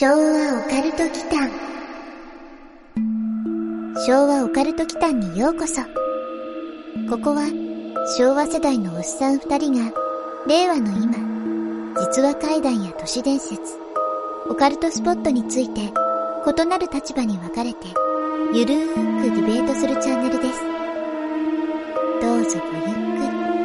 昭和オカルト祈間。昭和オカルト祈間にようこそ。ここは昭和世代のおっさん二人が令和の今、実話怪談や都市伝説、オカルトスポットについて異なる立場に分かれてゆるーくディベートするチャンネルです。どうぞごゆっくり。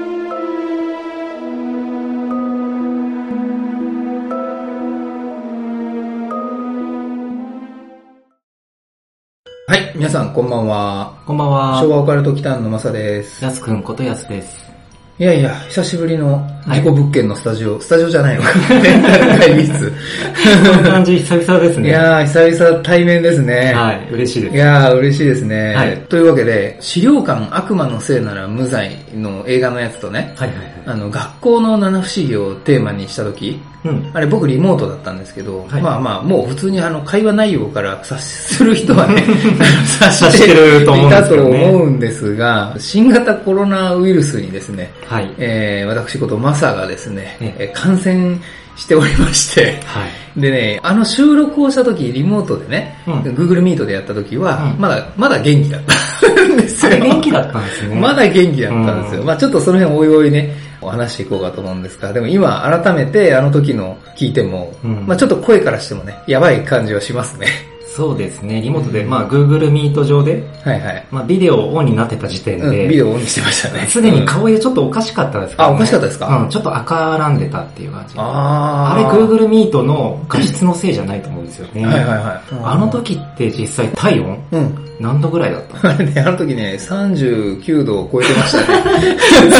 はい、皆さんこんばんは。 こんばんは。 昭和オカルト祈間のマサです。 やすくんことやすです。 いやいや、久しぶりの自己物件のスタジオじゃないのか。レンタル会議室。 こんな感じ、久々ですね。 いやー、久々対面ですね。 はい、嬉しいです。 いやー、嬉しいですね。 はい。 というわけで、資料館悪魔のせいなら無罪の映画のやつとね、 はいはいはい。 学校の七不思議をテーマにしたとき、あれ僕リモートだったんですけど、はい、まあもう普通に会話内容から察する人はね、察してると思うんですけどね。いたと思うんですが、新型コロナウイルスにですね、はい、私ことマサがですね、感染しておりまして、はい、でね、収録をした時、リモートでね、Google Meet でやった時は、まだ元気だったんですよ。 元気だったんですね。 まだ元気だったんですよ。まあちょっとその辺おいおいね、お話していこうかと思うんですが、でも今改めて時の聞いても、まあちょっと声からしてもね、やばい感じはしますね。 そうですね、リモートで、まあ Google Meet 上で、はいはい。まあビデオオンになってた時点で、 ビデオオンにしてましたね。 すでに顔色ちょっとおかしかったですからね。 あ、おかしかったですか？ ちょっと赤らんでたっていう感じ。あれ Google Meet の画質のせいじゃないと思うんですよね。はいはいはい。あの時って実際体温何度ぐらいだったの？ あれね、あの時ね、39度を超えてましたね。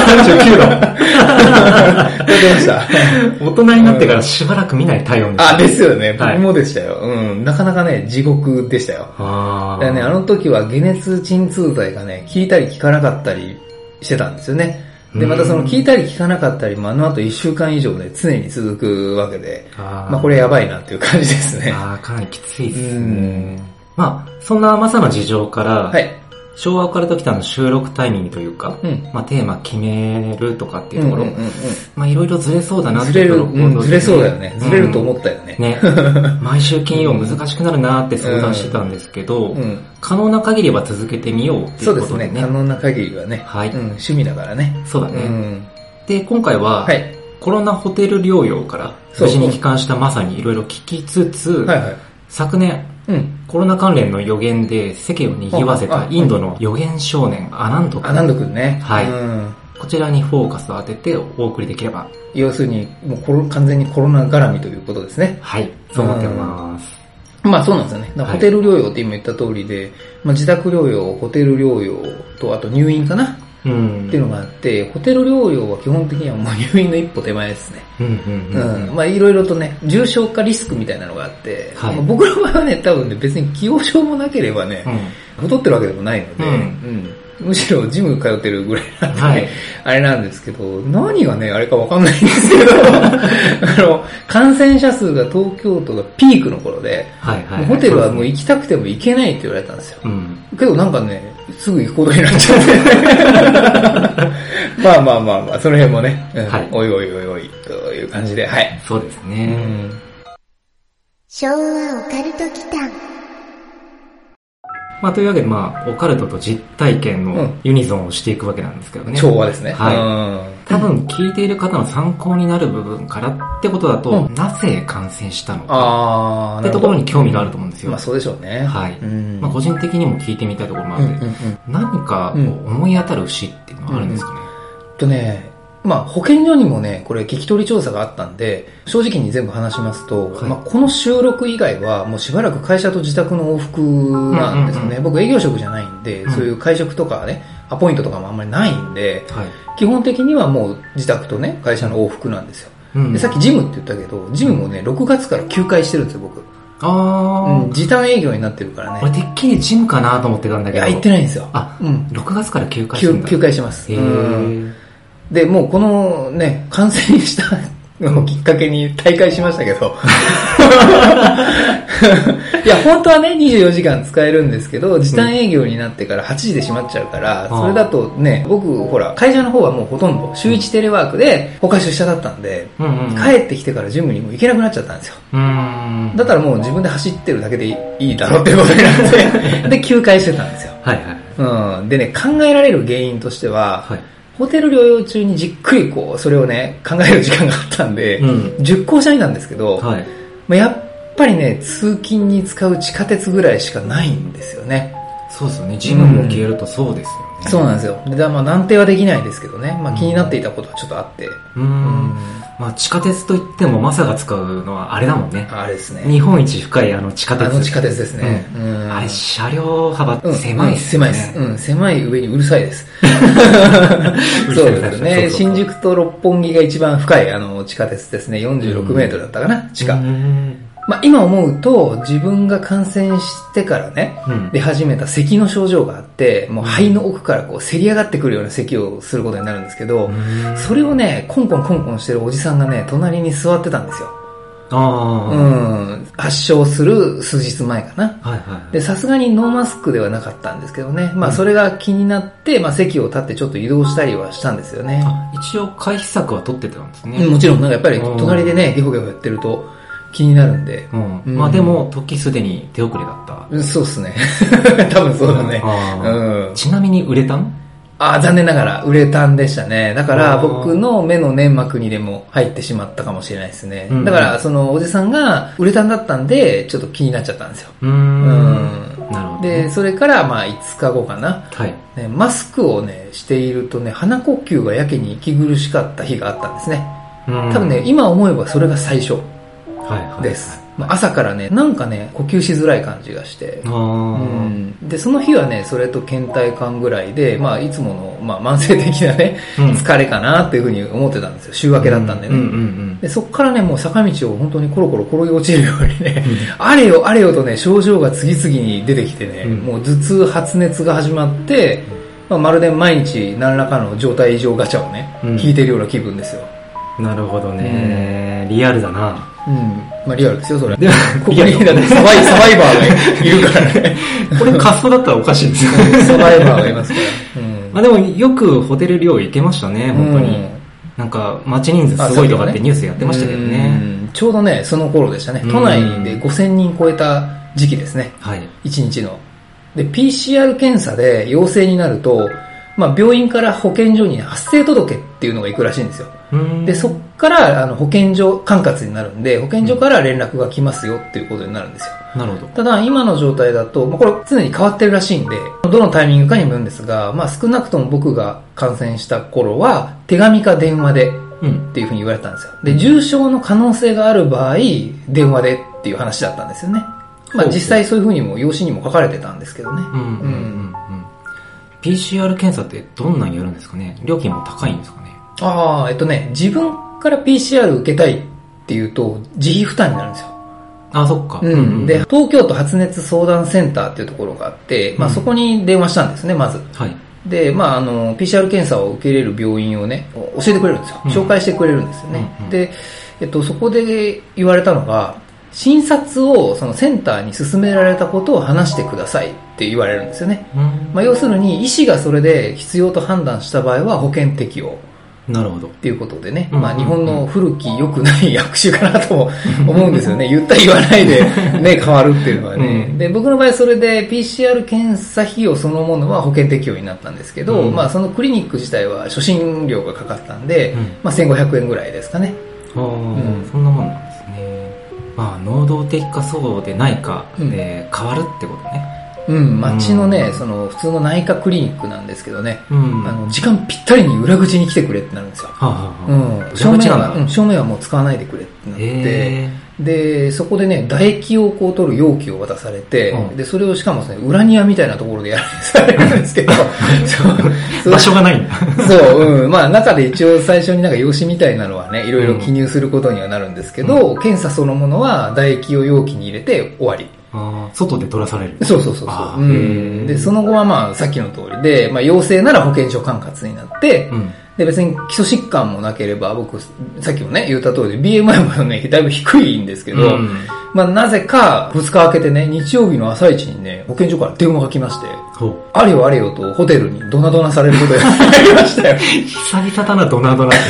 39度超えてました。 大人になってからしばらく見ない体温です。あ、ですよね。僕もでしたよ。なかなかね、地獄でしたよ。でね、あの時は解熱鎮痛剤がね、効いたり効かなかったりしてたんですよね。で、またその効いたり効かなかったりも後1週間以上で常に続くわけで、まあこれやばいなっていう感じですね。 かなりきついですね。まあ、そんなマサの事情から、はい、昭和オカルト祈間の収録タイミングというか、まあテーマ決めるとかっていうところ、まあいろいろずれそうだなっていうところ、 ずれそうだよね。ずれると思ったよね。 ね。毎週金曜難しくなるなって相談してたんですけど、可能な限りは続けてみようっていうことでね。 そうですね。可能な限りはね。 はい。 趣味だからね。 そうだね。で、今回は、はい、コロナホテル療養から無事に帰還したマサにいろいろ聞きつつ、昨年、コロナ関連の予言で世間を賑わせたインドの予言少年アナンド君。 アナンド君ね。 はい。こちらにフォーカスを当ててお送りできれば。 要するに、もう完全にコロナ絡みということですね。 はい。そう思ってます。 まあそうなんですよね。ホテル療養って今言った通りで、まあ自宅療養、ホテル療養と、あと入院かなっていうのがあって、ホテル療養は基本的にはもう入院の一歩手前ですね。まあいろいろとね、重症化リスクみたいなのがあって、はい、まあ、僕の場合はね、多分ね、別に既往症もなければね、太ってるわけでもないので、むしろジム通ってるぐらいなんで、ね、あれなんですけど、何がね、あれかわかんないんですけど、感染者数が東京都がピークの頃で、ホテルはもう行きたくても行けないって言われたんですよ。けどなんかね、すぐ行くことになっちゃって。まあ、その辺もね、おいおいという感じで、はい。 そうですね。 昭和オカルト祈間。 まあというわけでオカルトと実体験のユニゾンをしていくわけなんですけどね。 調和ですね。 はい。多分聞いている方の参考になる部分からってことだと、なぜ感染したのかってところに興味があると思うんですよ。 まあそうでしょうね。 はい。まあ個人的にも聞いてみたいところもあるので、何か思い当たる節っていうのはあるんですかね。 まあ保健所にもね、これ聞き取り調査があったんで、正直に全部話しますと、まあこの収録以外はもうしばらく会社と自宅の往復なんですよね。僕営業職じゃないんで、そういう会食とかね、アポイントとかもあんまりないんで、基本的にはもう自宅とね、会社の往復なんですよ。でさっきジムって言ったけど、ジムもね、6月から休会してるんですよ、僕。時短営業になってるからね。 俺てっきりジムかなと思ってたんだけど。 行ってないんですよ。 6月から休会してるんだ。 休会してます。で、もうこのね、感染したのをきっかけに大会しましたけど、 いや、本当はね、24時間使えるんですけど、時短営業になってから8時で閉まっちゃうから、それだとね、僕、ほら、会社の方はもうほとんど週1テレワークで他出社だったんで、帰ってきてからジムにも行けなくなっちゃったんですよ。だったらもう自分で走ってるだけでいいだろうっていうことになって、で、休会してたんですよ。 はいはい。でね、考えられる原因としては、ホテル療養中にじっくりこう、それをね、考える時間があったんで、10校舎になんですけど、やっぱりね、通勤に使う地下鉄ぐらいしかないんですよね。 そうですよね。ジムも消えるとそうですよね。 そうなんですよ。で、まあ、断定はできないですけどね。まあ、気になっていたことはちょっとあって。 まあ、地下鉄といっても、マサが使うのはあれだもんね。 あれですね。 日本一深い地下鉄。 地下鉄ですね。 あれ、車両幅狭いですね。 狭いです。狭い上にうるさいです。そうですね。新宿と六本木が一番深い地下鉄ですね。46メートルだったかな、地下。まあ、今思うと、自分が感染してからね、出始めた咳の症状があって、もう肺の奥からこう、せり上がってくるような咳をすることになるんですけど、それをね、コンコンしてるおじさんがね、隣に座ってたんですよ。発症する数日前かな。で、さすがにノーマスクではなかったんですけどね。まあ、それが気になって、まあ、席を立ってちょっと移動したりはしたんですよね。 一応回避策は取ってたんですね。 もちろん、なんかやっぱり隣でね、ゲホゲホやってると、気になるんで。 まあでも、時すでに手遅れだった。 そうっすね。多分そうだね。 ちなみにウレタン？ 残念ながらウレタンでしたね。だから僕の目の粘膜にでも入ってしまったかもしれないですね。だからそのおじさんがウレタンだったんで、ちょっと気になっちゃったんですよ。 なるほど。 で、それからまあ5日後かな。マスクをね、しているとね、鼻呼吸がやけに息苦しかった日があったんですね。多分ね、今思えばそれが最初。です。朝からね、なんかね、呼吸しづらい感じがして。で、その日はね、それと倦怠感ぐらいで、まあ、いつもの、まあ、慢性的なね、疲れかなっていうふうに思ってたんですよ。週明けだったんでね。で、そっからね、もう坂道を本当にコロコロ転げ落ちるようにね、あれよあれよとね、症状が次々に出てきてね、もう頭痛、発熱が始まって、まるで毎日何らかの状態異常ガチャをね、引いてるような気分ですよ。 なるほどね。リアルだな。 まあリアルですよ、それ。でも、ここにだってサバイバーがいるからね。 これカストだったらおかしいですよね。 サバイバーがいますから。 まあでも、よくホテル療養行けましたね、本当に。なんか、待ち人数すごいとかってニュースやってましたけどね。 ちょうどね、その頃でしたね。都内で5000人超えた時期ですね。1日の。で、PCR 検査で陽性になると、まあ病院から保健所に発生届っていうのが行くらしいんですよ。で、そっから保健所管轄になるんで、保健所から連絡が来ますよっていうことになるんですよ。 なるほど。 ただ、今の状態だと、まあ、これ常に変わってるらしいんで、どのタイミングかにもよるんですが、まあ少なくとも僕が感染した頃は、手紙か電話でっていうふうに言われたんですよ。で、重症の可能性がある場合、電話でっていう話だったんですよね。まあ実際そういうふうにも、用紙にも書かれてたんですけどね。 PCR 検査ってどんなにやるんですかね？料金も高いんですかね？ 自分から PCR 受けたいっていうと、自費負担になるんですよ。 そっか。 で、東京都発熱相談センターっていうところがあって、まあそこに電話したんですね、まず。で、まあPCR 検査を受けれる病院をね、教えてくれるんですよ。紹介してくれるんですよね。で、そこで言われたのが、診察をそのセンターに勧められたことを話してくださいって言われるんですよね。まあ要するに医師がそれで必要と判断した場合は保険適用。 なるほど。 っていうことでね。まあ日本の古き良くない薬種かなとも思うんですよね。言った言わないでね、変わるっていうのはね。で、僕の場合それで PCR 検査費用そのものは保険適用になったんですけど、まあそのクリニック自体は初診料がかかったんで、まあ1500円ぐらいですかね。 そんなもんなんですね。まあ能動的かそうでないかで変わるってことね。 街のね、その普通の内科クリニックなんですけどね、時間ぴったりに裏口に来てくれってなるんですよ。正面はもう使わないでくれってなって、で、そこでね、唾液をこう取る容器を渡されて、で、それをしかもですね、裏庭みたいなところでやらされるんですけど、 場所がないんだ。 まあ中で一応最初になんか用紙みたいなのはね、いろいろ記入することにはなるんですけど、検査そのものは唾液を容器に入れて終わり。 外で取らされる。 そう。で、その後はまあ、さっきの通りで、まあ、陽性なら保健所管轄になって、 で、別に基礎疾患もなければ、僕、さっきもね、言った通りで、BMI もね、だいぶ低いんですけど、まあ、なぜか、2日明けてね、日曜日の朝一にね、保健所から電話が来まして、あれよあれよとホテルにドナドナされることになりましたよ。 久々だな、ドナドナって。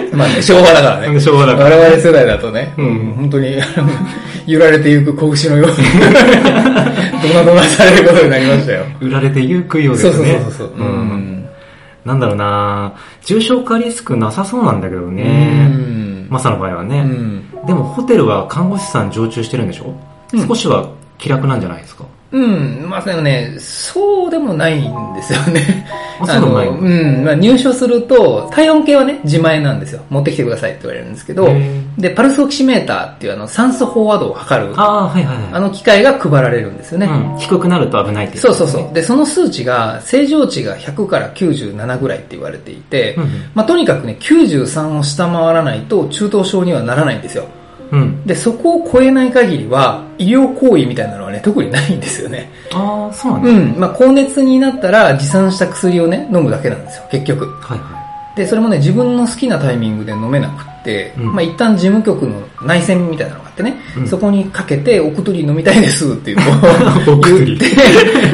まあね、昭和だからね。 昭和だから。 我々世代だとね、本当に、揺られてゆく子牛のように、ドナドナされることになりましたよ。 揺られてゆくようですね。 そう。 なんだろうな重症化リスクなさそうなんだけどね。マサの場合はね。でもホテルは看護師さん常駐してるんでしょ？少しは気楽なんじゃないですか？ まあでもね、そうでもないんですよね。 そうでもない？ まあ入所すると、体温計はね、自前なんですよ。持ってきてくださいって言われるんですけど、で、パルスオキシメーターっていう酸素飽和度を測る、機械が配られるんですよね。 低くなると危ないっていう、 そう。で、その数値が、正常値が100から97ぐらいって言われていて、まあとにかくね、93を下回らないと中等症にはならないんですよ。で、そこを超えない限りは、医療行為みたいなのはね、特にないんですよね。 ああ、そうなんですか。まあ、高熱になったら持参した薬をね、飲むだけなんですよ、結局。で、それもね、自分の好きなタイミングで飲めなくって、まあ、一旦事務局の内線みたいなのがあってね、そこにかけて、オクトリ飲みたいですっていうのを言って、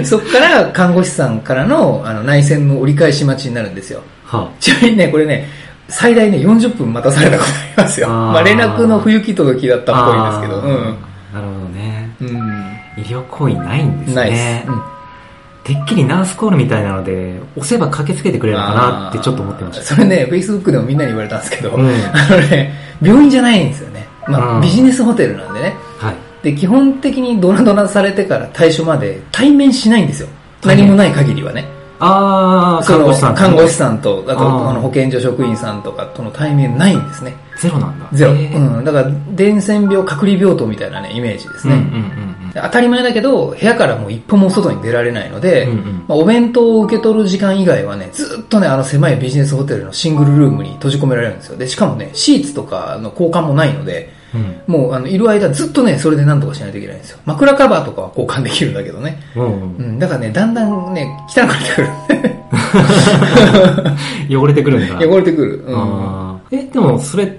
そこから看護師さんからの内線の折り返し待ちになるんですよ。ちなみにね、これね、最大ね、40分待たされたことありますよ。まあ連絡の不行き届きだったっぽいんですけど。 なるほどね。医療行為ないんですね。ないです。てっきりナースコールみたいなので、押せば駆けつけてくれるのかなってちょっと思ってました。 それね、Facebook でもみんなに言われたんですけど、病院じゃないんですよね。まあビジネスホテルなんでね。で、基本的にドナドナされてから退所まで対面しないんですよ。何もない限りはね。看護師さんと、あと保健所職員さんとかとの対面ないんですね。 ゼロなんだ。 ゼロ。だから、伝染病、隔離病棟みたいなね、イメージですね。当たり前だけど、部屋からもう一歩も外に出られないので、まあ、お弁当を受け取る時間以外はね、ずっとね、狭いビジネスホテルのシングルルームに閉じ込められるんですよ。で、しかもね、シーツとかの交換もないので、もういる間ずっとね、それで何とかしないといけないんですよ。枕カバーとかは交換できるんだけどね。だからね、だんだんね、汚くなってくる。 汚れてくるんだ。 汚れてくる。 でもそれって、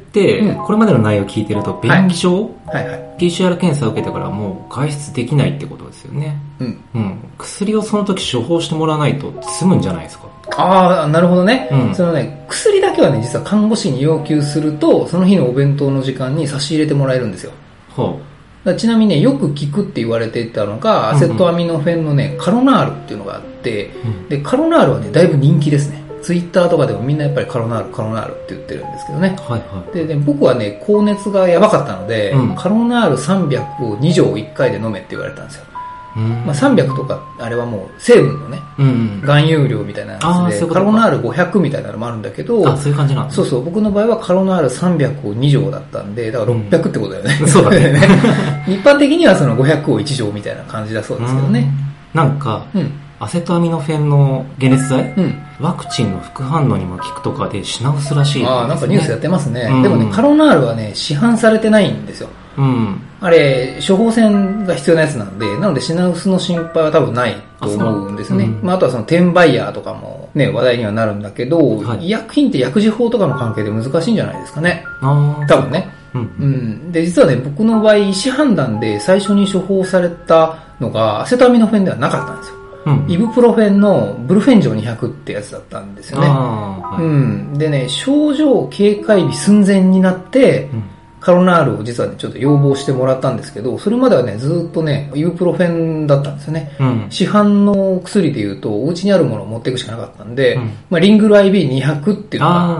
これまでの内容を聞いてると、便宜上、PCR 検査を受けてからもう外出できないってことですよね。薬をその時処方してもらわないと済むんじゃないですか。 なるほどね。そのね、薬だけはね、実は看護師に要求すると、その日のお弁当の時間に差し入れてもらえるんですよ。ちなみにね、よく効くって言われていたのが、アセトアミノフェンのね、カロナールっていうのがあって、で、カロナールはね、だいぶ人気ですね。ツイッターとかでもみんなやっぱりカロナールって言ってるんですけどね。で、僕はね、高熱がやばかったので、カロナール300を2錠1回で飲めって言われたんですよ。まあ、300とか、あれはもう成分のね、含有量みたいなやつで、カロナール500みたいなのもあるんだけど、 そういう感じなんですね。 そう、僕の場合はカロナール300を2錠だったんで、だから600ってことだよね。 そうだね。 一般的にはその500を1錠みたいな感じだそうですけどね。 なんか、アセトアミノフェンの解熱剤、ワクチンの副反応にも効くとかで品薄らしいですね。 なんかニュースやってますね。でもね、カロナールはね、市販されてないんですよ。あれ、処方箋が必要なやつなんで、なので品薄の心配は多分ないと思うんですね。あとはその転売ヤーとかもね、話題にはなるんだけど、医薬品って薬事法とかの関係で難しいんじゃないですかね。多分ね。で、実はね、僕の場合、医師判断で最初に処方されたのが、アセトアミノフェンではなかったんですよ。イブプロフェンのブルフェンジョ200ってやつだったんですよね。でね、症状警戒日寸前になって、カロナールを実はね、ちょっと要望してもらったんですけど、それまではね、ずっとね、イブプロフェンだったんですよね。市販の薬で言うと、お家にあるものを持っていくしかなかったんで、まあ、リングル IB200 っていうのがあって、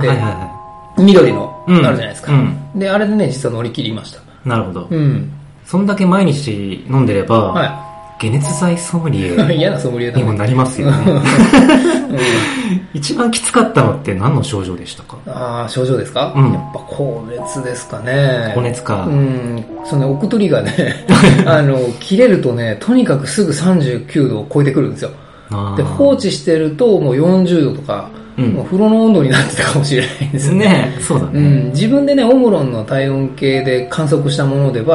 緑のあるじゃないですか。で、あれでね、実は乗り切りました。 なるほど。そんだけ毎日飲んでれば、解熱剤ソムリエにもなりますよね。一番きつかったのって何の症状でしたか？ 症状ですか？やっぱ高熱ですかね。 高熱か。 そのオクトリがね、切れるとね、とにかくすぐ39度を超えてくるんですよ。で、放置してるともう40度とか、もう風呂の温度になってたかもしれないですね。 そうだね。 自分でね、オムロンの体温計で観測したもので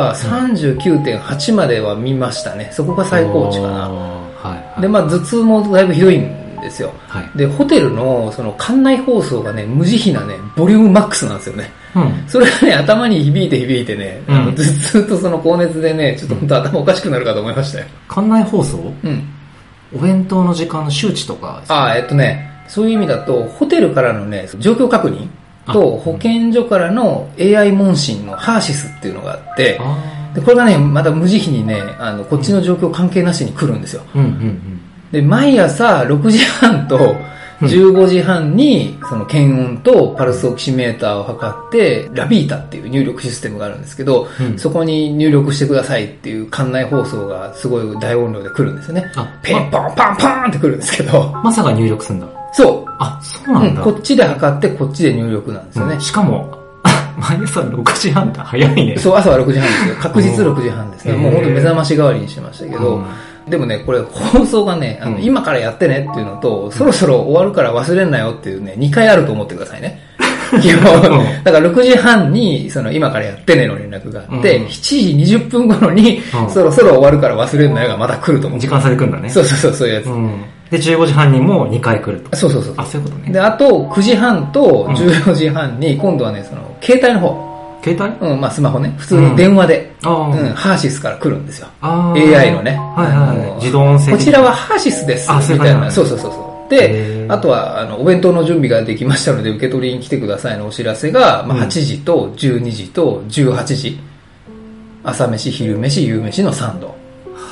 は、39.8 までは見ましたね。そこが最高値かな。で、まあ頭痛もだいぶひどいんですよ。で、ホテルのその館内放送がね、無慈悲なね、ボリュームマックスなんですよね。それがね、頭に響いてね、頭痛とその高熱でね、ちょっと本当頭おかしくなるかと思いましたよ。 館内放送？お弁当の時間の周知とか。 そういう意味だと、ホテルからのね、状況確認と保健所からの AI 問診のハーシスっていうのがあって、でこれがね、また無慈悲にね、こっちの状況関係なしに来るんですよ。で、毎朝6時半と15時半に、その検温とパルスオキシメーターを測って、ラビータっていう入力システムがあるんですけど、そこに入力してくださいっていう館内放送がすごい大音量で来るんですよね。ペンパンパンパンって来るんですけど。 マサが入力するんだ。 そう。 そうなんだ。 こっちで測ってこっちで入力なんですよね。 しかも、毎朝6時半だ。早いね。 そう、朝は6時半ですよ。確実6時半ですね。もう本当目覚まし代わりにしてましたけど、でもね、これ放送がね、今からやってねっていうのと、そろそろ終わるから忘れんなよっていうね、2回あると思ってくださいね。だから6時半に、その今からやってねの連絡があって、7時20分頃に、そろそろ終わるから忘れんなよがまた来ると思う。 時間差で来るんだね。 そういうやつ。 で、15時半にも2回来ると。 そういうことね。で、あと9時半と14時半に、今度はね、その、携帯の方。 携帯？ スマホね。普通に電話で、ハーシスから来るんですよ。AI のね。 自動音声。 こちらはハーシスです。みたいな。そう。で、あとは、お弁当の準備ができましたので、受け取りに来てくださいのお知らせが、8時と12時と18時。朝飯、昼飯、夕飯の3度。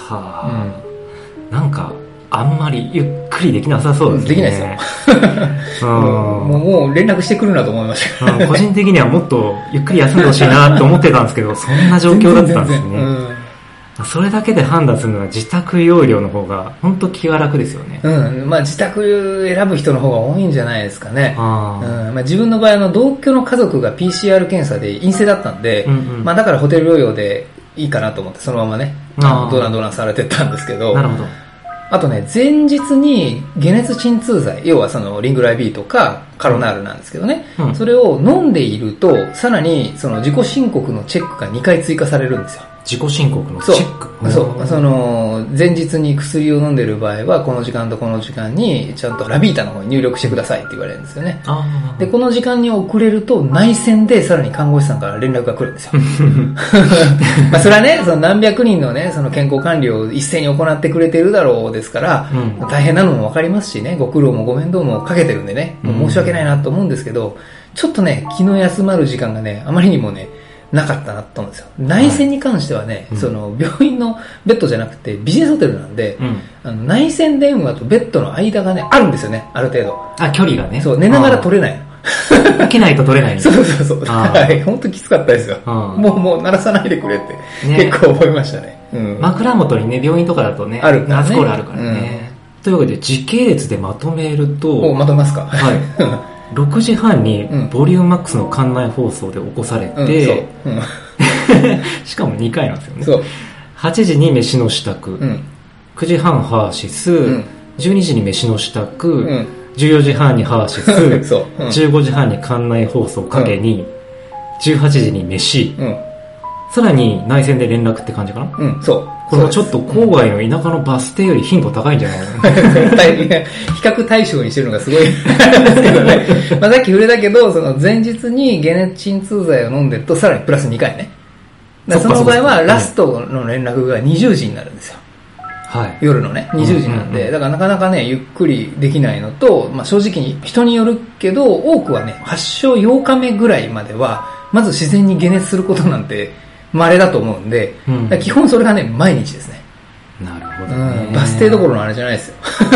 なんか、あんまりゆっくりできなさそうですね。 できないですよ。もう連絡してくるなと思いました。 個人的にはもっとゆっくり休んでほしいなと思ってたんですけど、そんな状況だったんですね。それだけで判断するのは自宅療養の方が本当気が楽ですよね。 自宅選ぶ人の方が多いんじゃないですかね。自分の場合同居の家族が PCR 検査で陰性だったんで、だからホテル療養でいいかなと思ってそのままね、ドランされてたんですけど。 なるほど。 あとね、前日に解熱鎮痛剤、要はそのリングライビーとかカロナールなんですけどね、それを飲んでいると、さらにその自己申告のチェックが2回追加されるんですよ。 自己申告のチェック？ そう。その、前日に薬を飲んでる場合は、この時間とこの時間に、ちゃんとラビータの方に入力してくださいって言われるんですよね。で、この時間に遅れると、内線でさらに看護師さんから連絡が来るんですよ。それはね、その何百人のね、その健康管理を一斉に行ってくれてるだろうですから、大変なのもわかりますしね、ご苦労もご面倒もかけてるんでね、もう申し訳ないなと思うんですけど、ちょっとね、気の休まる時間がね、あまりにもね、なかったなと思うんですよ。内線に関してはね、その病院のベッドじゃなくてビジネスホテルなんで、内線電話とベッドの間がね、あるんですよね、ある程度。 距離がね。 そう、寝ながら取れないの。起きないと取れないの。 そう。はい、本当きつかったですよ。もう鳴らさないでくれって、結構思いましたね。 枕元にね、病院とかだとね、 あるからね。 ナースコールあるからね。というわけで、時系列でまとめると、 まとめますか。 はい。6時半にボリュームマックスの館内放送で起こされて、しかも2回なんですよね。 そう。 8時に飯の支度、9時半ハーシス、12時に飯の支度、14時半にハーシス、15時半に館内放送かけに、18時に飯、さらに内線で連絡って感じかな？ そう。 これもちょっと郊外の田舎のバス停より頻度高いんじゃないの？ 比較対象にしてるのがすごいですけどね。さっき触れたけど、その前日に解熱鎮痛剤を飲んでるとさらにプラス2回ね。その場合はラストの連絡が20時になるんですよ。夜のね、20時なんで、だからなかなかね、ゆっくりできないのと、正直に人によるけど、多くはね、発症8日目ぐらいまでは、まず自然に解熱することなんて、稀だと思うんで、基本それがね、毎日ですね。 なるほどね。 バス停どころのあれじゃないですよ。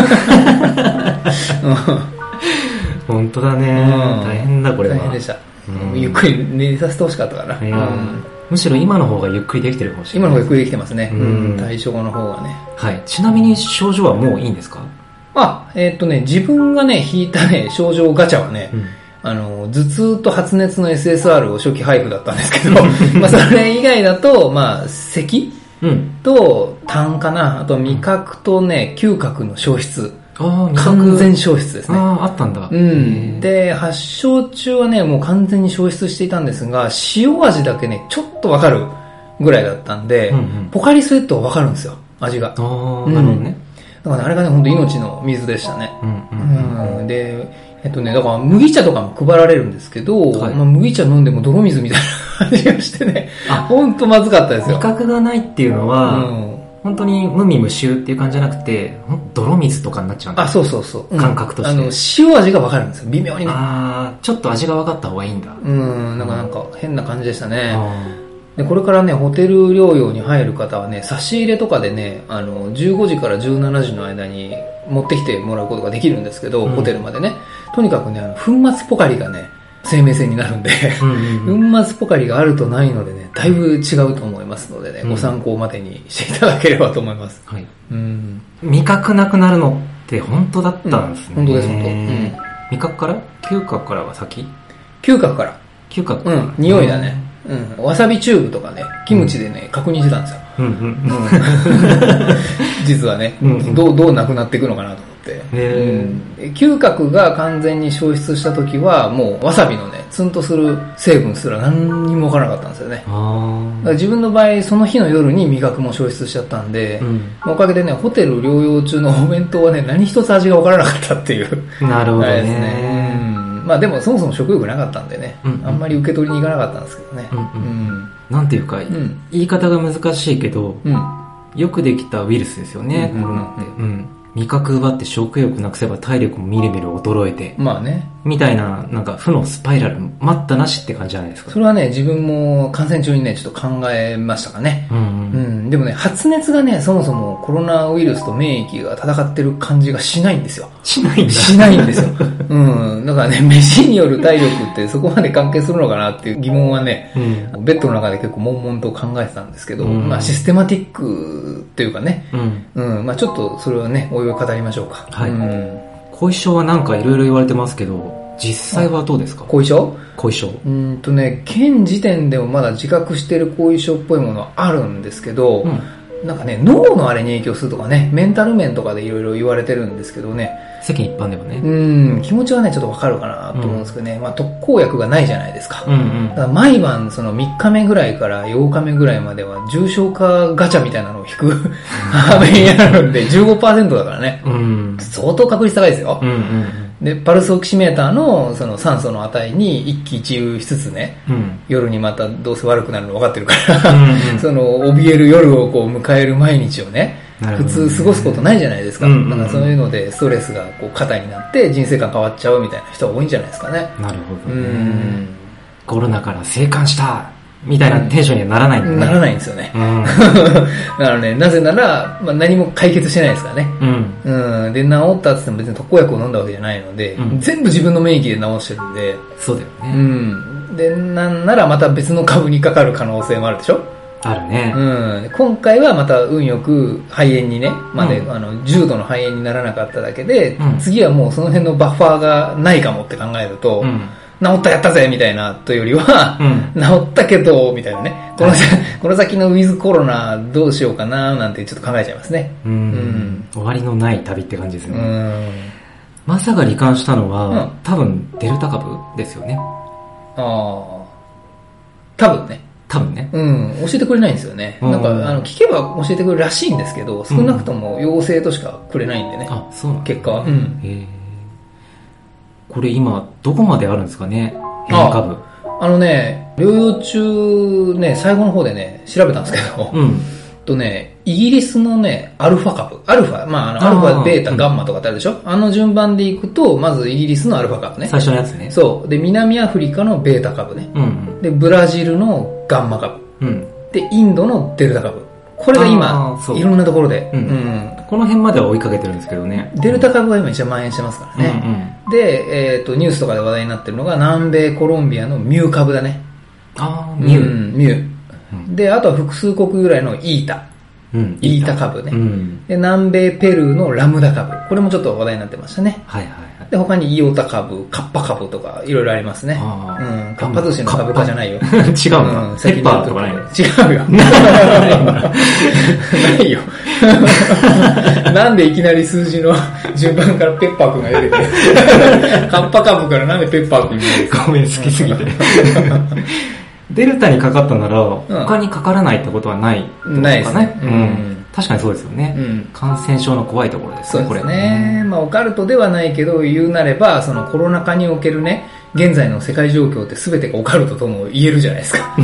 本当だね。大変だ、これは。 大変でした。ゆっくり寝させてほしかったから。 むしろ今の方がゆっくりできてるかもしれない。 今の方がゆっくりできてますね。対処後の方がね。 はい。ちなみに症状はもういいんですか？ 自分がね、引いたね、症状ガチャはね、頭痛と発熱の SSR を初期配布だったんですけど、それ以外だと、咳と痰かな、あと味覚とね、嗅覚の消失。完全消失ですね。 あったんだ。 で、発症中はね、もう完全に消失していたんですが、塩味だけね、ちょっとわかるぐらいだったんで、ポカリスエットはわかるんですよ、味が。 なるほどね。 だからあれがね、本当命の水でしたね。で、だから麦茶とかも配られるんですけど、麦茶飲んでも泥水みたいな味がしてね、本当まずかったですよ。 味覚がないっていうのは、本当に無味無臭っていう感じじゃなくて、泥水とかになっちゃうんだ。 そうそうそう。 感覚として。 塩味がわかるんですよ、微妙にね。 ちょっと味が分かった方がいいんだ。 なんか変な感じでしたね。で、これからね、ホテル療養に入る方はね、差し入れとかでね、15時から17時の間に持ってきてもらうことができるんですけど、ホテルまでね。とにかくね、粉末ポカリがね、生命線になるんで、粉末ポカリがあるとないのでね、だいぶ違うと思いますのでね、ご参考までにしていただければと思います。はい。 味覚なくなるのって本当だったんですね。 本当です、本当。味覚から？嗅覚からは先？ 嗅覚から。 嗅覚から。 匂いだね。わさびチューブとかね、キムチでね、確認してたんですよ。実はね、どうなくなっていくのかなと思って。嗅覚が完全に消失した時は、もうわさびのね、ツンとする成分すら何にもわからなかったんですよね。だから自分の場合、その日の夜に味覚も消失しちゃったんで、おかげでね、ホテル療養中のお弁当はね、何一つ味がわからなかったっていう。 なるほどね。 まあでもそもそも食欲なかったんでね、あんまり受け取りに行かなかったんですけどね。 なんていうか、言い方が難しいけど、よくできたウイルスですよね、コロナって。味覚奪って食欲なくせば体力もみるみる衰えて。 まあね。 みたいな、なんか負のスパイラル、待ったなしって感じじゃないですか。 それはね、自分も感染中にね、ちょっと考えましたかね。でもね、発熱がね、そもそもコロナウイルスと免疫が戦ってる感じがしないんですよ。 しないんだ。 しないんですよ。だからね、飯による体力ってそこまで関係するのかなっていう疑問はね、ベッドの中で結構悶々と考えてたんですけど、まあシステマティックっていうかね、まあちょっとそれはね、おいおい語りましょうか。 はい。後遺症はなんかいろいろ言われてますけど、実際はどうですか？ 後遺症？ 後遺症。 現時点でもまだ自覚してる後遺症っぽいものはあるんですけど、なんかね、脳のあれに影響するとかね、メンタル面とかでいろいろ言われてるんですけどね。 世間一般でもね。 気持ちはね、ちょっとわかるかなと思うんですけどね。まあ特効薬がないじゃないですか。だから毎晩その3日目ぐらいから8日目ぐらいまでは重症化ガチャみたいなのを引く羽目になるんで 15% だからね。相当確率高いですよ。で、パルスオキシメーターのその酸素の値に一喜一憂しつつね、夜にまたどうせ悪くなるの分かってるからその怯える夜をこう迎える毎日をね、普通過ごすことないじゃないですか。だからそういうのでストレスがこう肩になって人生観変わっちゃうみたいな人が多いんじゃないですかね。 なるほどね。コロナから生還したみたいなテンションにはならないんだね。 ならないんですよね。だからね、なぜなら、まあ、何も解決してないですからね。で、治ったって言っても別に特効薬を飲んだわけじゃないので、全部自分の免疫で治してるんで。 そうだよね。 で、なんならまた別の株にかかる可能性もあるでしょ？ あるね。 今回はまた運よく肺炎にね、重度の肺炎にならなかっただけで、次はもうその辺のバッファーがないかもって考えると、治ったやったぜみたいなというよりは、治ったけどみたいなね、この先のウィズコロナどうしようかななんてちょっと考えちゃいますね。 終わりのない旅って感じですね。マサが罹患したのは、多分デルタ株ですよね。 多分ね。 多分ね。 教えてくれないんですよね。なんか、聞けば教えてくれるらしいんですけど、少なくとも陽性としかくれないんでね。 そうなん結果は。 これ今、どこまであるんですかね、変異株。 療養中ね、最後の方でね、調べたんですけど、イギリスのね、アルファ株。アルファ、アルファ、ベータ、ガンマとかってあるでしょ？順番でいくと、まずイギリスのアルファ株ね。 最初のやつね。 そう。で、南アフリカのベータ株ね。で、ブラジルのガンマ株。で、インドのデルタ株。これが今、いろんなところで。 この辺までは追いかけてるんですけどね。 デルタ株が今一番蔓延してますからね。で、ニュースとかで話題になってるのが、南米コロンビアのミュー株だね。 ミュー。 で、あとは複数国ぐらいのイータ。イータ株ね。で、南米ペルーのラムダ株。これもちょっと話題になってましたね。で、他にイオタ株、カッパ株とか、いろいろありますね。カッパ寿司の株価じゃないよ。 違うの？ペッパーとかないの？ 違うよ。ないよ。なんでいきなり数字の順番からペッパーくんが出てくる？カッパ株からなんでペッパーくんが出てくる？ ごめん、好きすぎて。デルタにかかったなら、他にかからないってことはないってことかね。 ないですね。 確かにそうですよね。感染症の怖いところですね、 これ。そうですね。まあ、オカルトではないけど、言うなれば、そのコロナ禍におけるね、現在の世界状況って全てがオカルトとも言えるじゃないですか。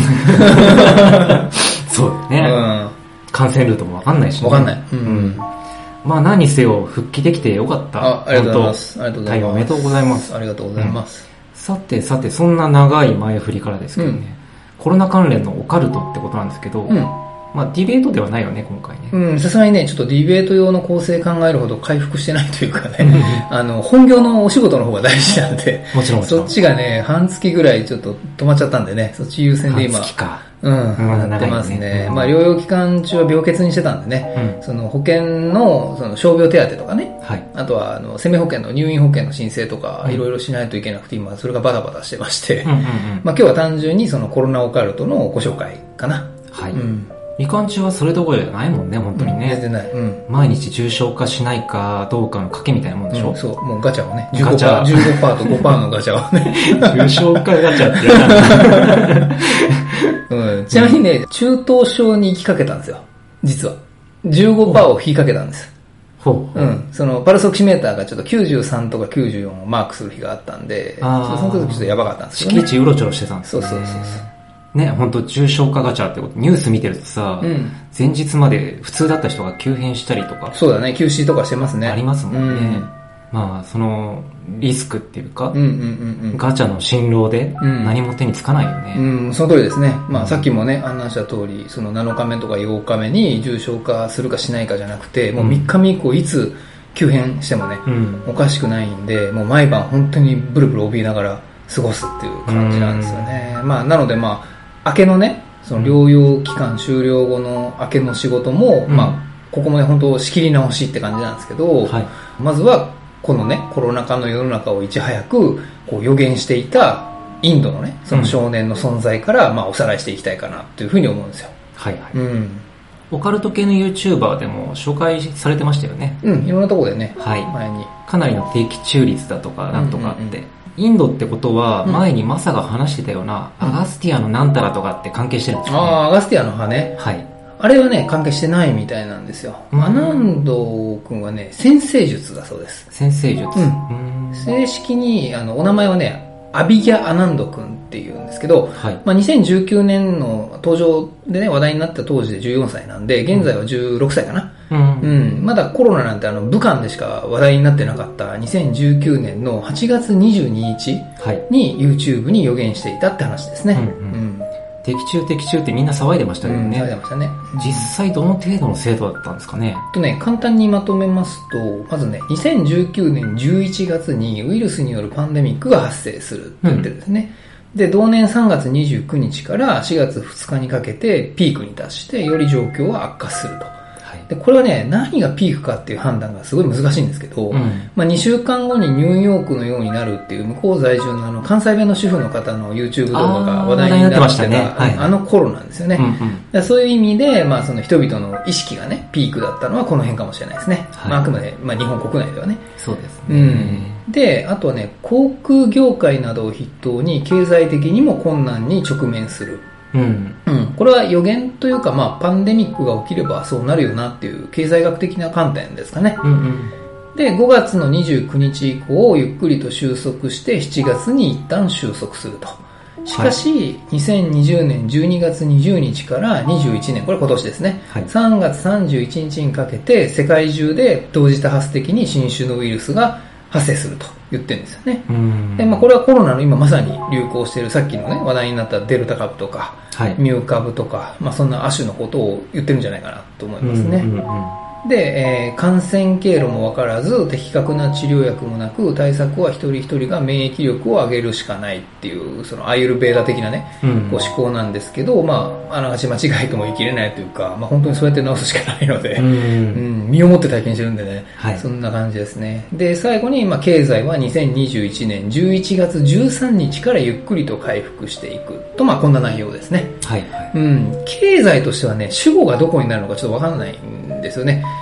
そうですね。感染ルートもわかんないしね。わかんない。 まあ何にせよ復帰できてよかった。 ありがとうございます。ありがとうございます。 おめでとうございます。 ありがとうございます。 さて、そんな長い前振りからですけどね、コロナ関連のオカルトってことなんですけど、まあディベートではないよね、今回ね。 さすがにね、ちょっとディベート用の構成考えるほど回復してないというかね、本業のお仕事の方が大事なんで、 もちろんそっちがね、半月ぐらいちょっと止まっちゃったんでね、そっち優先で今。 半月か。 やってますね。まあ、療養期間中は病欠にしてたんでね、その保険の、その傷病手当とかね、あとは、生命保険の入院保険の申請とか、いろいろしないといけなくて、今、それがバタバタしてまして、まあ、今日は単純にそのコロナオカルトのご紹介かな。 はい。期間中はそれどころじゃないもんね、本当にね。 全然ない。 毎日重症化しないかどうかの賭けみたいなもんでしょ。 そう、もうガチャをね、15% と 5% のガチャをね。 重症化ガチャってやだちなみにね、中等症に行きかけたんですよ。実は。15% を引いかけたんです。そのパルスオキシメーターがちょっと93とか94をマークする日があったんで、その時ちょっとやばかったんですよね。 敷地うろちょろしてたんですよね。 そう。 ね、本当重症化ガチャってこと、ニュース見てるとさ、前日まで普通だった人が急変したりとか。 そうだね、休止とかしてますね。 ありますもんね。まあ、その、リスクっていうか、ガチャの辛労で何も手につかないよね。 その通りですね。まあ、さっきもね、案内した通り、その7日目とか8日目に重症化するかしないかじゃなくて、もう3日目以降いつ急変してもね、おかしくないんで、もう毎晩本当にブルブル怯えながら過ごすっていう感じなんですよね。まあ、なのでまあ、明けのね、その療養期間終了後の明けの仕事も、まあ、ここもね、本当仕切り直しって感じなんですけど、まずは、このね、コロナ禍の世の中をいち早くこう予言していたインドのね、その少年の存在から、まあおさらいしていきたいかなというふうに思うんですよ。 オカルト系の YouTuber でも紹介されてましたよね。 いろんなところでね、 前に。かなりの定期中率だとかなんとかあって。インドってことは、前にマサが話してたような、アガスティアのなんたらとかって関係してるんですかね。 アガスティアの葉ね。あれはね、関係してないみたいなんですよ。アナンド君はね、占星術だそうです。 占星術。 正式に、お名前はね、アビギャ・アナンド君っていうんですけど、まあ、2019年の登場でね、話題になった当時で14歳なんで、現在は16歳かな。まだコロナなんて武漢でしか話題になってなかった2019年の8月22日に YouTube に予言していたって話ですね。 的中ってみんな騒いでましたけどね。 騒いでましたね。 実際どの程度の精度だったんですかね。 簡単にまとめますと、まずね、2019年11月にウイルスによるパンデミックが発生するって言ってるんですね。で、同年3月29日から4月2日にかけてピークに達して、より状況は悪化すると。で、これはね、何がピークかっていう判断がすごい難しいんですけど、まあ2週間後にニューヨークのようになるっていう向こう在住の関西弁の主婦の方の YouTube 動画が話題になってましたね。頃なんですよね。そういう意味で、まあその人々の意識がね、ピークだったのはこの辺かもしれないですね。まああくまで、まあ日本国内ではね。 そうですね。 で、あとはね、航空業界などを筆頭に経済的にも困難に直面する。これは予言というか、まあ、パンデミックが起きればそうなるよなっていう経済学的な観点ですかね。で、5月の29日以降、ゆっくりと収束して、7月に一旦収束すると。しかし、2020年12月20日から21年、これ今年ですね。3月31日にかけて、世界中で同時多発的に新種のウイルスが発生すると言ってるんですよね。で、まあこれはコロナの今まさに流行しているさっきのね、話題になったデルタ株とか、ミュー株とか、まあそんな亜種のことを言ってるんじゃないかなと思いますね。で、感染経路も分からず、的確な治療薬もなく、対策は一人一人が免疫力を上げるしかないっていう、そのアイルベーダ的なね、こう思考なんですけど、まあ、あながち間違いとも言い切れないというか、まあ本当にそうやって治すしかないので、身をもって体験してるんでね、そんな感じですね。で、最後に、まあ経済は2021年11月13日からゆっくりと回復していくと、まあこんな内容ですね。経済としてはね、主語がどこになるのかちょっとわからないんですよね。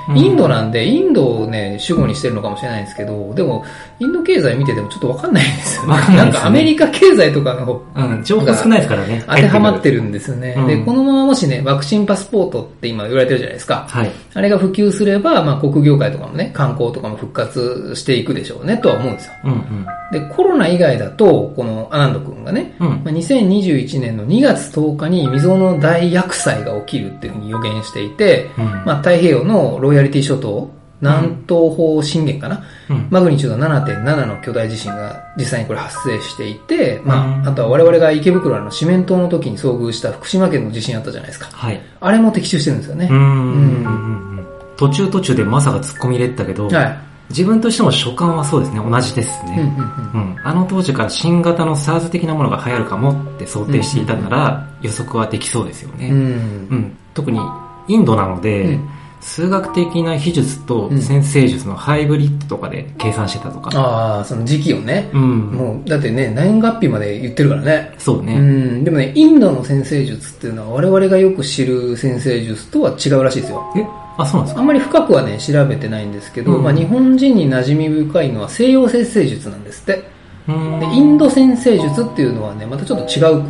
インドなんで、インドをね、主語にしてるのかもしれないんですけど、でも、インド経済見ててもちょっとわかんないんですよね。なんかアメリカ経済とかの、 情報少ないですからね。 当てはまってるんですよね。で、このままもしね、ワクチンパスポートって今言われてるじゃないですか。はい。あれが普及すれば、まあ、航空業界とかもね、観光とかも復活していくでしょうね、とは思うんですよ。で、コロナ以外だと、このアナンド君がね、2021年の2月10日に未曾有の大厄災が起きるっていうふうに予言していて、まあ、太平洋のロイヤリティ諸島、南東方震源かな、マグニチュード 7.7 の巨大地震が実際にこれ発生していて、まあ、あとは我々が池袋の四面島の時に遭遇した福島県の地震あったじゃないですか。はい。あれも的中してるんですよね。 途中でまさか突っ込み入れてたけど、はい。自分としても所感はそうですね、同じですね。あの当時から新型の SARS 的なものが流行るかもって想定していたなら、予測はできそうですよね。特にインドなので、数学的な秘術と先生術のハイブリッドとかで計算してたとか。 ああ、その時期をね。もう、だってね、年月日まで言ってるからね。 そうね。 でもね、インドの先生術っていうのは我々がよく知る先生術とは違うらしいですよ。 そうなんですか？ あんまり深くはね、調べてないんですけど、まあ日本人に馴染み深いのは西洋先生術なんですって。で、インド先生術っていうのはね、またちょっと違うくって。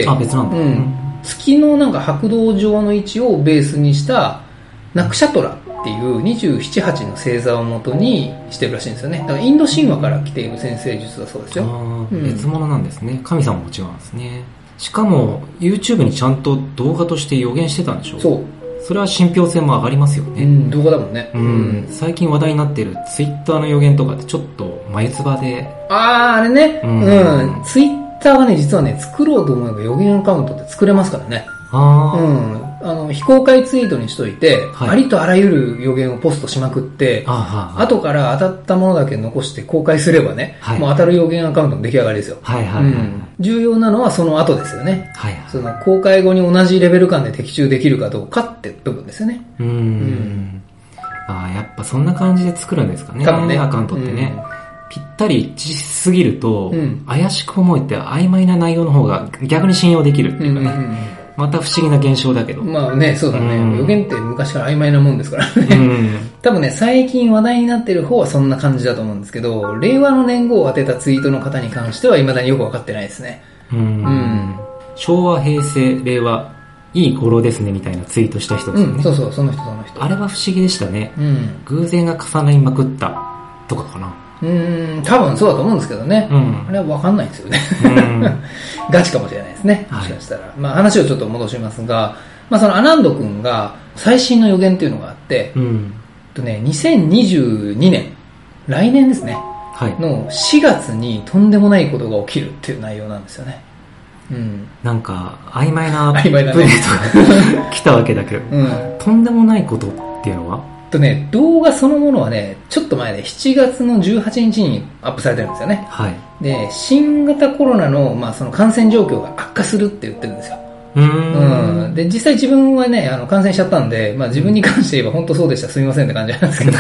別なんだ。 月のなんか白道上の位置をベースにしたナクシャトラっていう27、8の星座を元にしてるらしいんですよね。だからインド神話から来ている先生術だそうですよ。 別物なんですね。神様も違うんですね。しかも YouTube にちゃんと動画として予言してたんでしょ？そう。それは信憑性も上がりますよね。 動画だもんね。 最近話題になっている Twitter の予言とかってちょっと眉唾で。 あれね。Twitter はね、実はね、作ろうと思えば予言アカウントって作れますからね。非公開ツイートにしといて、ありとあらゆる予言をポストしまくって、後から当たったものだけ残して公開すればね、もう当たる予言アカウントの出来上がりですよ。重要なのはその後ですよね。その公開後に同じレベル感で的中できるかどうかって部分ですよね。 やっぱそんな感じで作るんですかね。多分ね、アカウントってね。ぴったり一致しすぎると、怪しく思えて曖昧な内容の方が逆に信用できるっていうかね。また不思議な現象だけど。 まあね、そうだね。予言って昔から曖昧なもんですからね。多分ね、最近話題になってる方はそんな感じだと思うんですけど、令和の年号を当てたツイートの方に関しては未だによくわかってないですね。 昭和、平成、令和、いい語呂ですねみたいなツイートした人ですよね。 そう、その人。 あれは不思議でしたね。偶然が重なりまくったとかかな。 多分そうだと思うんですけどね。あれは分かんないんですよね。ガチかもしれないですね。もしかしたら。まあ話をちょっと戻しますが、まあそのアナンド君が最新の予言っていうのがあって、2022年、来年ですね。の4月にとんでもないことが起きるっていう内容なんですよね。 なんか曖昧なプレートが来たわけだけど、とんでもないことっていうのは動画そのものはね、ちょっと前で7月の18日にアップされてるんですよね。で、新型コロナの、まあ、その感染状況が悪化するって言ってるんですよ。で、実際自分はね、感染しちゃったんで、まあ自分に関して言えば本当そうでした、すみませんって感じなんですけど。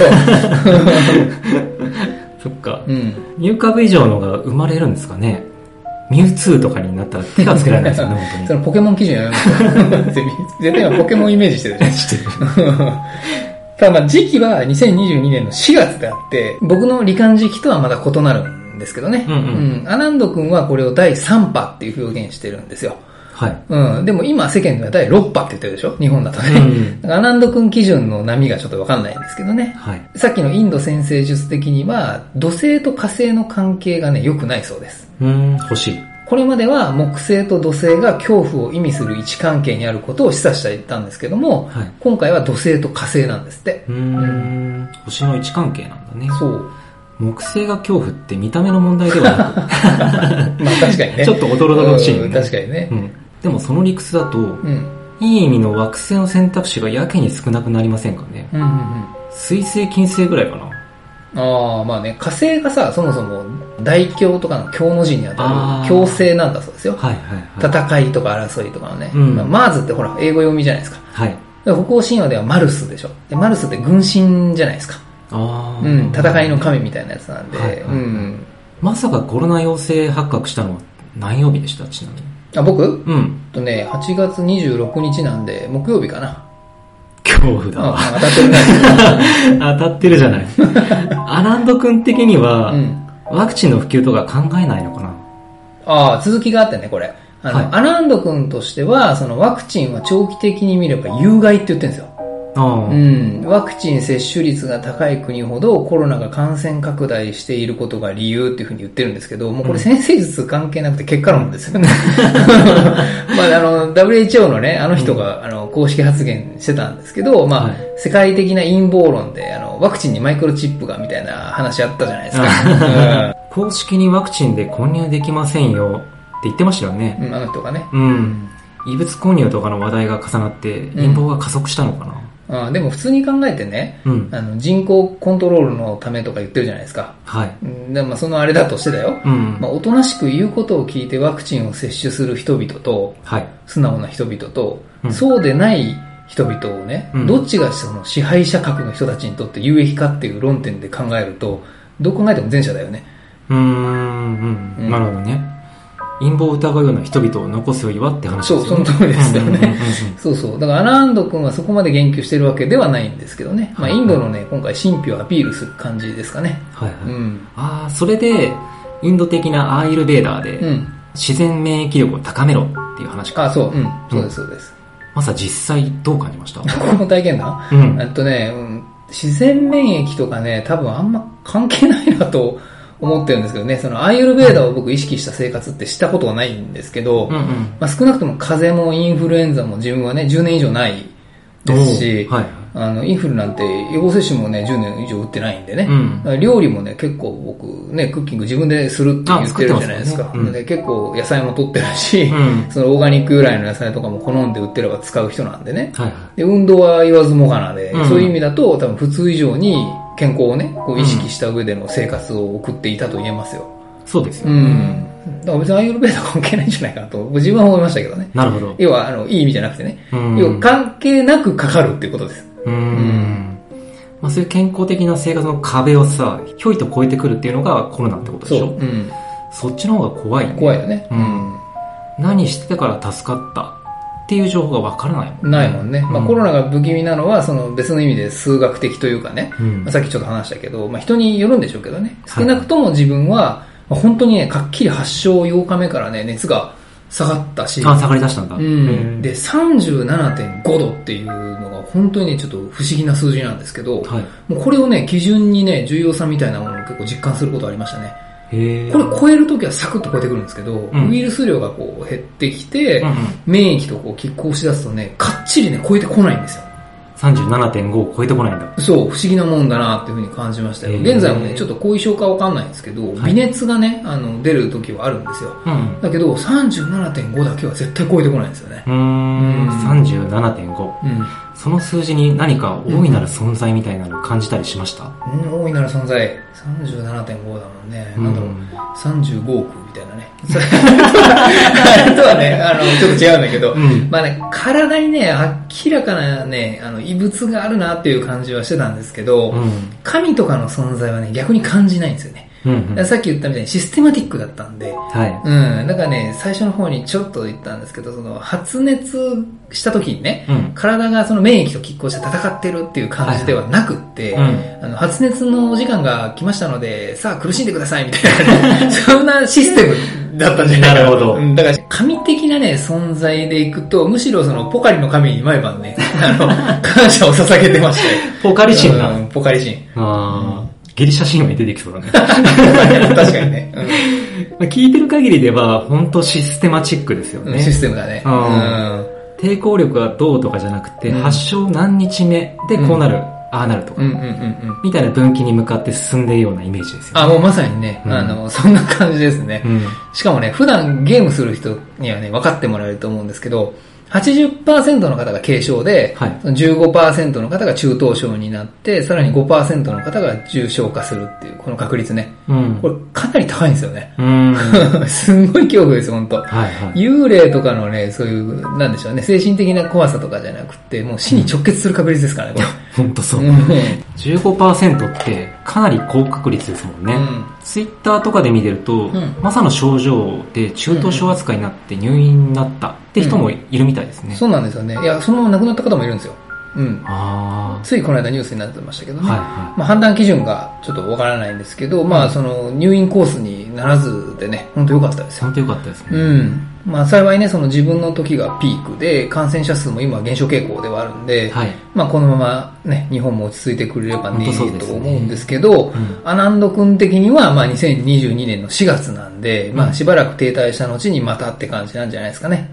そっか。ニュー株以上のが生まれるんですかね。ミュウツーとかになったら手がつけられないですよね、本当に。 そのポケモン基準やめますよ。絶対今ポケモンイメージしてるじゃん。してる。ただまあ時期は2022年の4月であって、僕の罹患時期とはまだ異なるんですけどね。アナンド君はこれを第3波っていう表現してるんですよ。でも今世間では第6波って言ってるでしょ、日本だとね。だからアナンド君基準の波がちょっとわかんないんですけどね。さっきのインド先生術的には土星と火星の関係がね、良くないそうです。 欲しい。 これまでは木星と土星が恐怖を意味する位置関係にあることを示唆していたんですけども、今回は土星と火星なんですって。 星の位置関係なんだね。 そう。 木星が恐怖って見た目の問題ではなくまあ確かにね。 ちょっとおどろどしい、 確かにね。 でもその理屈だと、いい意味の惑星の選択肢がやけに少なくなりませんかね。水星、金星ぐらいかな。 まあね、火星がさ、そもそも大凶とかの凶の字にあたる凶星なんだそうですよ。戦いとか争いとかのね。マーズってほら、英語読みじゃないですか。北欧神話ではマルスでしょ。でマルスって軍神じゃないですか。戦いの神みたいなやつなんで。 まさかコロナ陽性発覚したのは何曜日でした、ちなみに。 僕8月26日なんで、木曜日かな。 今恐怖だわ。 当たってるね。 当たってるじゃない。アランド君的には、ワクチンの普及とか考えないのかな？ 続きがあってね、これ。アランド君としては、そのワクチンは長期的に見れば有害って言ってるんですよ。ワクチン接種率が高い国ほどコロナが感染拡大していることが理由っていうふうに言ってるんですけど、もうこれ先生術関係なくて結果論ですよね。WHO のね、人が公式発言してたんですけど、世界的な陰謀論でワクチンにマイクロチップがみたいな話あったじゃないですか。 公式にワクチンで混入できませんよって言ってましたよね。 あの人がね。 異物混入とかの話題が重なって陰謀が加速したのかな。 でも普通に考えてね、人口コントロールのためとか言ってるじゃないですか。でそのあれだとしてだよ。おとなしく言うことを聞いてワクチンを接種する人々と、素直な人々と、そうでない人々をね、どっちがその支配者格の人たちにとって有益かっていう論点で考えると、どう考えても前者だよね。 なるほどね。陰謀を疑うような人々を残すよりはって話ですよね。 そう、その通りですよね。だからアランド君はそこまで言及してるわけではないんですけどね。インドのね、今回神秘をアピールする感じですかね。 それで、インド的なアーユルベーダーで、自然免疫力を高めろっていう話か。 そうです、そうです。 まさ実際どう感じました？ この体験談？自然免疫とかね、多分あんま関係ないなと思ってるんですけどね、そのアーユルベーダを僕意識した生活ってしたことはないんですけど、少なくとも風邪もインフルエンザも自分はね、10年以上ないですし、インフルなんて予防接種もね、10年以上打ってないんでね、料理もね、結構僕ね、クッキング自分でするって言ってるじゃないですか。で結構野菜も取ってるし、そのオーガニック由来の野菜とかも好んで売ってれば使う人なんでね、で運動は言わずもがなで、そういう意味だと多分普通以上に健康をね、こう意識した上での生活を送っていたと言えますよ。 そうですよね。 だから別にアーユルベーダ関係ないんじゃないかなと、自分は思いましたけどね。 なるほど。 要は、いい意味じゃなくてね。要は、関係なくかかるっていうことです。 そういう健康的な生活の壁をさ、ひょいと超えてくるっていうのがコロナってことでしょ？そっちの方が怖いね。 怖いよね。 何してたから助かったっていう情報が分からないもんね。 ないもんね。コロナが不気味なのは、その別の意味で数学的というかね、さっきちょっと話したけど、人によるんでしょうけどね。少なくとも自分は、本当にね、はっきり発症8日目からね、熱が下がったし。 下がり出したんだ。 で、37.5 度っていうのが本当にね、ちょっと不思議な数字なんですけど、もうこれをね、基準にね、重要さみたいなものを結構実感することありましたね。これ超えるときはサクッと超えてくるんですけど、ウイルス量がこう減ってきて、免疫とこう拮抗しだすとね、かっちりね、超えてこないんですよ。 37.5 を超えてこないんだ。 そう、不思議なもんだなっていうふうに感じましたよ。現在もね、ちょっと後遺症かわかんないんですけど、微熱がね、出る時はあるんですよ。だけど、37.5 だけは絶対超えてこないんですよね。 37.5。その数字に何か大いなる存在みたいなのを感じたりしました？ 大いなる存在。37.5 だもんね。なんだろう、35億みたいなね。あれとはね、ちょっと違うんだけど、体にね、明らかなね、異物があるなっていう感じはしてたんですけど、神とかの存在はね、逆に感じないんですよね。さっき言ったみたいにシステマティックだったんで、だからね、最初の方にちょっと言ったんですけど、その発熱した時にね、体がその免疫と拮抗して戦ってるっていう感じではなくって、発熱のお時間が来ましたので、さあ苦しんでくださいみたいな、ね、そんなシステムだったんじゃないかな。 なるほど。 だから神的なね、存在でいくと、むしろそのポカリの神に毎晩ね、感謝を捧げてまして。 ポカリ神だ。 ポカリ神。 ギリシャ神話に出てきそうだね。 確かにね。 聞いてる限りでは、本当システマチックですよね。 システムだね。 抵抗力がどうとかじゃなくて、発症何日目でこうなる、ああなるとか、みたいな分岐に向かって進んでいるようなイメージですよね。 もうまさにね、そんな感じですね。しかもね、普段ゲームする人にはね、分かってもらえると思うんですけど、80% の方が軽症で、15% の方が中等症になって、さらに 5% の方が重症化するっていう、この確率ね。これかなり高いんですよね。すんごい恐怖です、本当、幽霊とかのね、そういう、なんでしょうね、精神的な怖さとかじゃなくて、もう死に直結する確率ですからね、これ。 本当そう。15% ってかなり高確率ですもんね。ツイッターとかで見てると、まさの症状で中等症扱いになって入院になったって人もいるみたいですね。 そうなんですよね。いや、そのまま亡くなった方もいるんですよ。 ついこの間ニュースになってましたけどね。判断基準がちょっとわからないんですけど、その入院コースにならずでね、本当良かったですよ。 本当良かったですね。 幸いね、その自分の時がピークで、感染者数も今減少傾向ではあるんで、このままね、日本も落ち着いてくれればね、と思うんですけど、アナンド君的には、2022年の4月なんで、しばらく停滞した後にまたって感じなんじゃないですかね。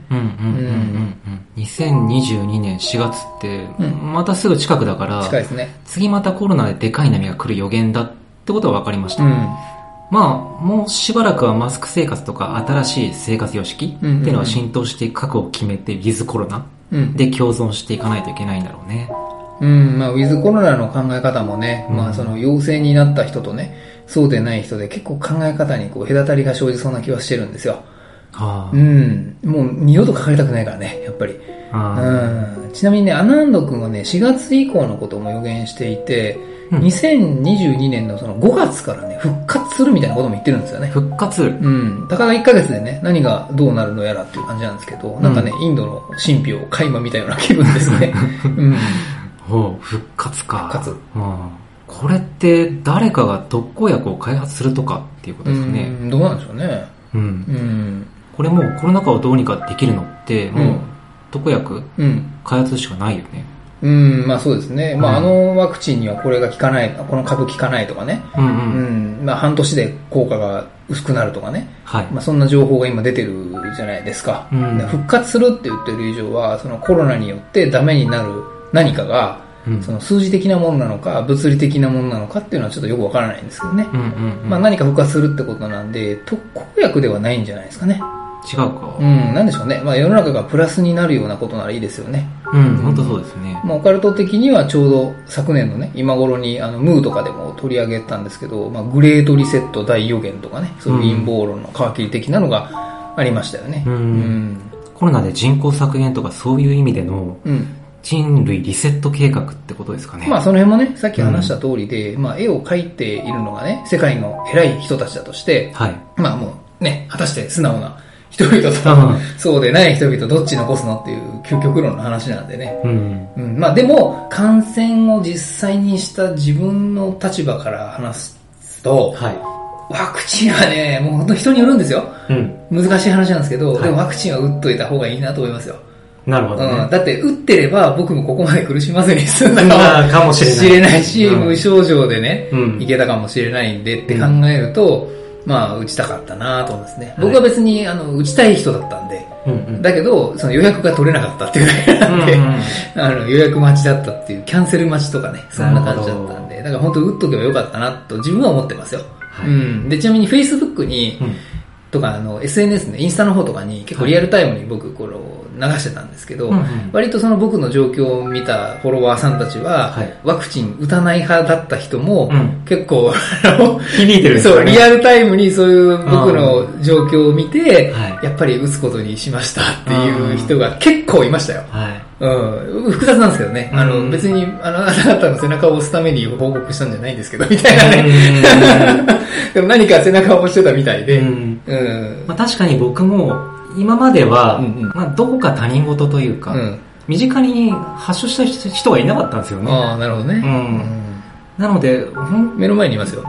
2022年4月って、またすぐ近くだから、 近いですね。 次またコロナででかい波が来る予言だってことは分かりました。もうしばらくはマスク生活とか新しい生活様式っていうのは浸透していく覚悟を決めて、ウィズコロナで共存していかないといけないんだろうね。 ウィズコロナの考え方もね、その陽性になった人とね、そうでない人で結構考え方にこう隔たりが生じそうな気はしてるんですよ。もう二度とかかりたくないからね、やっぱり。ちなみにね、アナンド君はね、4月以降のことも予言していて、2022年のその5月からね、復活するみたいなことも言ってるんですよね。 復活？ たかが1ヶ月でね、何がどうなるのやらっていう感じなんですけど、なんかね、インドの神秘を垣間見たような気分ですね。 復活か。 復活。 これって誰かが特効薬を開発するとかっていうことですかね。 どうなんでしょうね。 これもうコロナ禍をどうにかできるのって、もう特効薬開発しかないよね。 そうですね。あのワクチンにはこれが効かない、この株効かないとかね。半年で効果が薄くなるとかね。そんな情報が今出てるじゃないですか。復活するって言ってる以上は、そのコロナによってダメになる何かが、その数字的なものなのか、物理的なものなのかっていうのはちょっとよくわからないんですけどね。何か復活するってことなんで、特効薬ではないんじゃないですかね。 違うか。 なんでしょうね。世の中がプラスになるようなことならいいですよね。 本当そうですね。 オカルト的にはちょうど昨年のね、今頃にムーとかでも取り上げたんですけど、グレートリセット大予言とかね、そういう陰謀論の皮切り的なのがありましたよね。 コロナで人口削減とかそういう意味での、人類リセット計画ってことですかね。 その辺もね、さっき話した通りで、絵を描いているのがね、世界の偉い人たちだとして、もうね、果たして素直な人々と、そうでない人々どっち残すのっていう究極論の話なんでね。でも、感染を実際にした自分の立場から話すと、ワクチンはね、もう本当に人によるんですよ。難しい話なんですけど、でもワクチンは打っといた方がいいなと思いますよ。 なるほどね。 だって打ってれば僕もここまで苦しまずに済んだかもしれないし、無症状でね、いけたかもしれないんでって考えると、打ちたかったなと思いますね。僕は別に打ちたい人だったんで、だけどその予約が取れなかったっていうだけなんで、予約待ちだったっていうキャンセル待ちとかね、そんな感じだったんで、だから本当打っとけばよかったなと自分は思ってますよ。でちなみに Facebook に、とかSNS のインスタの方とかに結構リアルタイムに僕これを流してたんですけど、割とその僕の状況を見たフォロワーさんたちは、ワクチン打たない派だった人も、結構響いてるんですよね。 そう、リアルタイムにそういう僕の状況を見て、やっぱり打つことにしましたっていう人が結構いましたよ。複雑なんですけどね。別にあなたの背中を押すために報告したんじゃないんですけど、みたいなね。でも何か背中を押してたみたいで。 確かに僕も今までは、どこか他人事というか、身近に発症した人がいなかったんですよね。 なるほどね。 なので、 目の前にいますよ。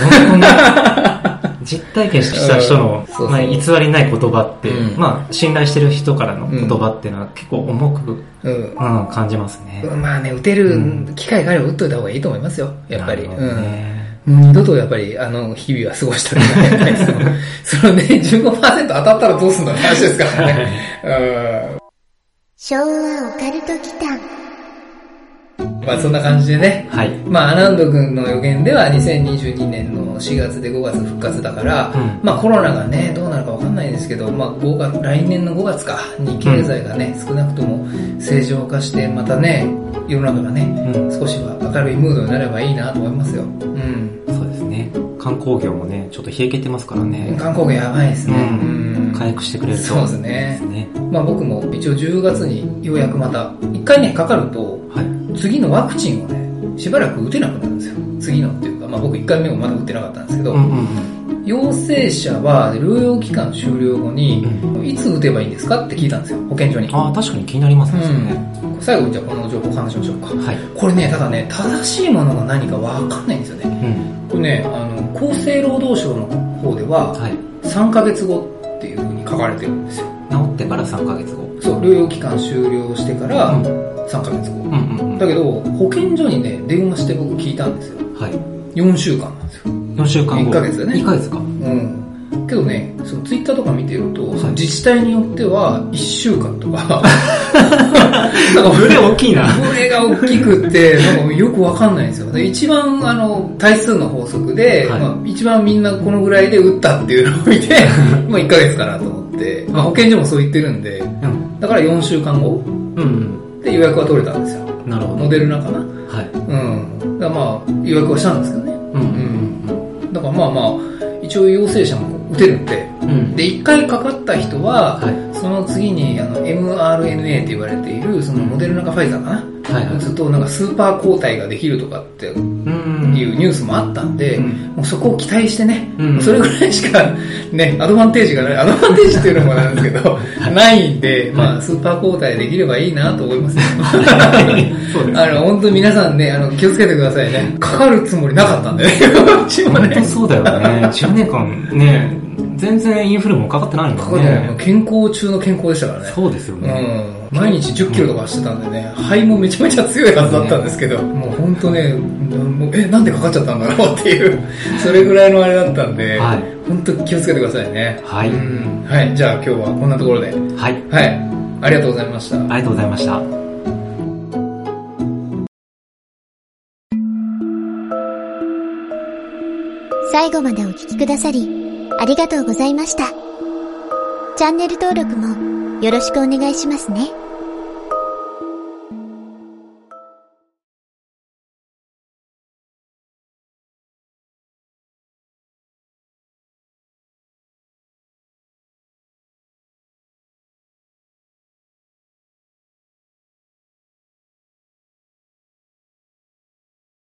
実体験した人の偽りない言葉って、信頼してる人からの言葉っていうのは結構重く感じますね。 打てる機会があれば打っといた方がいいと思いますよ、やっぱり。二度とやっぱ日々は過ごしたくないですけど、そのね、15% 当たったらどうすんのって話ですからね。 昭和オカルト祈間。 そんな感じでね。アナンド君の予言では2022年の4月で5月復活だから、コロナがね、どうなるかわかんないですけど、来年の5月かに経済がね、少なくとも正常化して、またね、世の中がね、少しは明るいムードになればいいなと思いますよ。 そうですね。観光業もね、ちょっと冷え切ってますからね。 観光業やばいですね。 回復してくれると。 そうですね。僕も一応10月にようやくまた、一回ね、かかると、次のワクチンをね、しばらく打てなくなるんですよ。次のっていうか、僕1回目もまだ打ってなかったんですけど、陽性者は療養期間終了後に、いつ打てばいいんですかって聞いたんですよ、保健所に。 確かに気になりますね。 最後にじゃあこの情報を話しましょうか。 はい。 これね、ただね、正しいものが何かわかんないんですよね。これね、厚生労働省の方では、3ヶ月後っていう風に書かれてるんですよ。 治ってから3ヶ月後。 そう、療養期間終了してから3ヶ月後。だけど、保健所にね、電話して僕聞いたんですよ。 はい。 4週間なんですよ。 4週間後。 1ヶ月だね。 1ヶ月か。 けどね、そのツイッターとか見てると、その自治体によっては1週間とか、 なんかブレ大きいな。 ブレが大きくって、なんかよくわかんないんですよ。で一番対数の法則で、一番みんなこのぐらいで打ったっていうのを見て、まあ1ヶ月かなと思って、保健所もそう言ってるんで、だから4週間後で予約は取れたんですよ。 なるほど。 モデルナかな。 はい。 だからまあ予約はしたんですけどね。だからまあまあ、一応陽性者も打てるんで、で、1回かかった人は、その次にmRNA って言われている、そのモデルナかファイザーかな。打つとなんかスーパー抗体ができるとかっていうニュースもあったんで、もうそこを期待してね、それぐらいしかね、アドバンテージがない、アドバンテージっていうのもなんですけど、ないんで、まあスーパー抗体できればいいなと思いますね。本当に皆さんね、気をつけてくださいね。かかるつもりなかったんでね、うちもね。 本当そうだよね。10年間ね、全然インフルもかかってないんだね。 健康中の健康でしたからね。 そうですよね。 毎日10キロとか走ってたんでね、肺もめちゃめちゃ強いはずだったんですけど、もう本当ね、なんでかかっちゃったんだろうっていう、それぐらいのあれだったんで、本当気をつけてくださいね。 はい。 はい、じゃあ今日はこんなところで。はい。はい。ありがとうございました。 ありがとうございました。 最後までお聞きくださり、ありがとうございました。チャンネル登録もよろしくお願いしますね。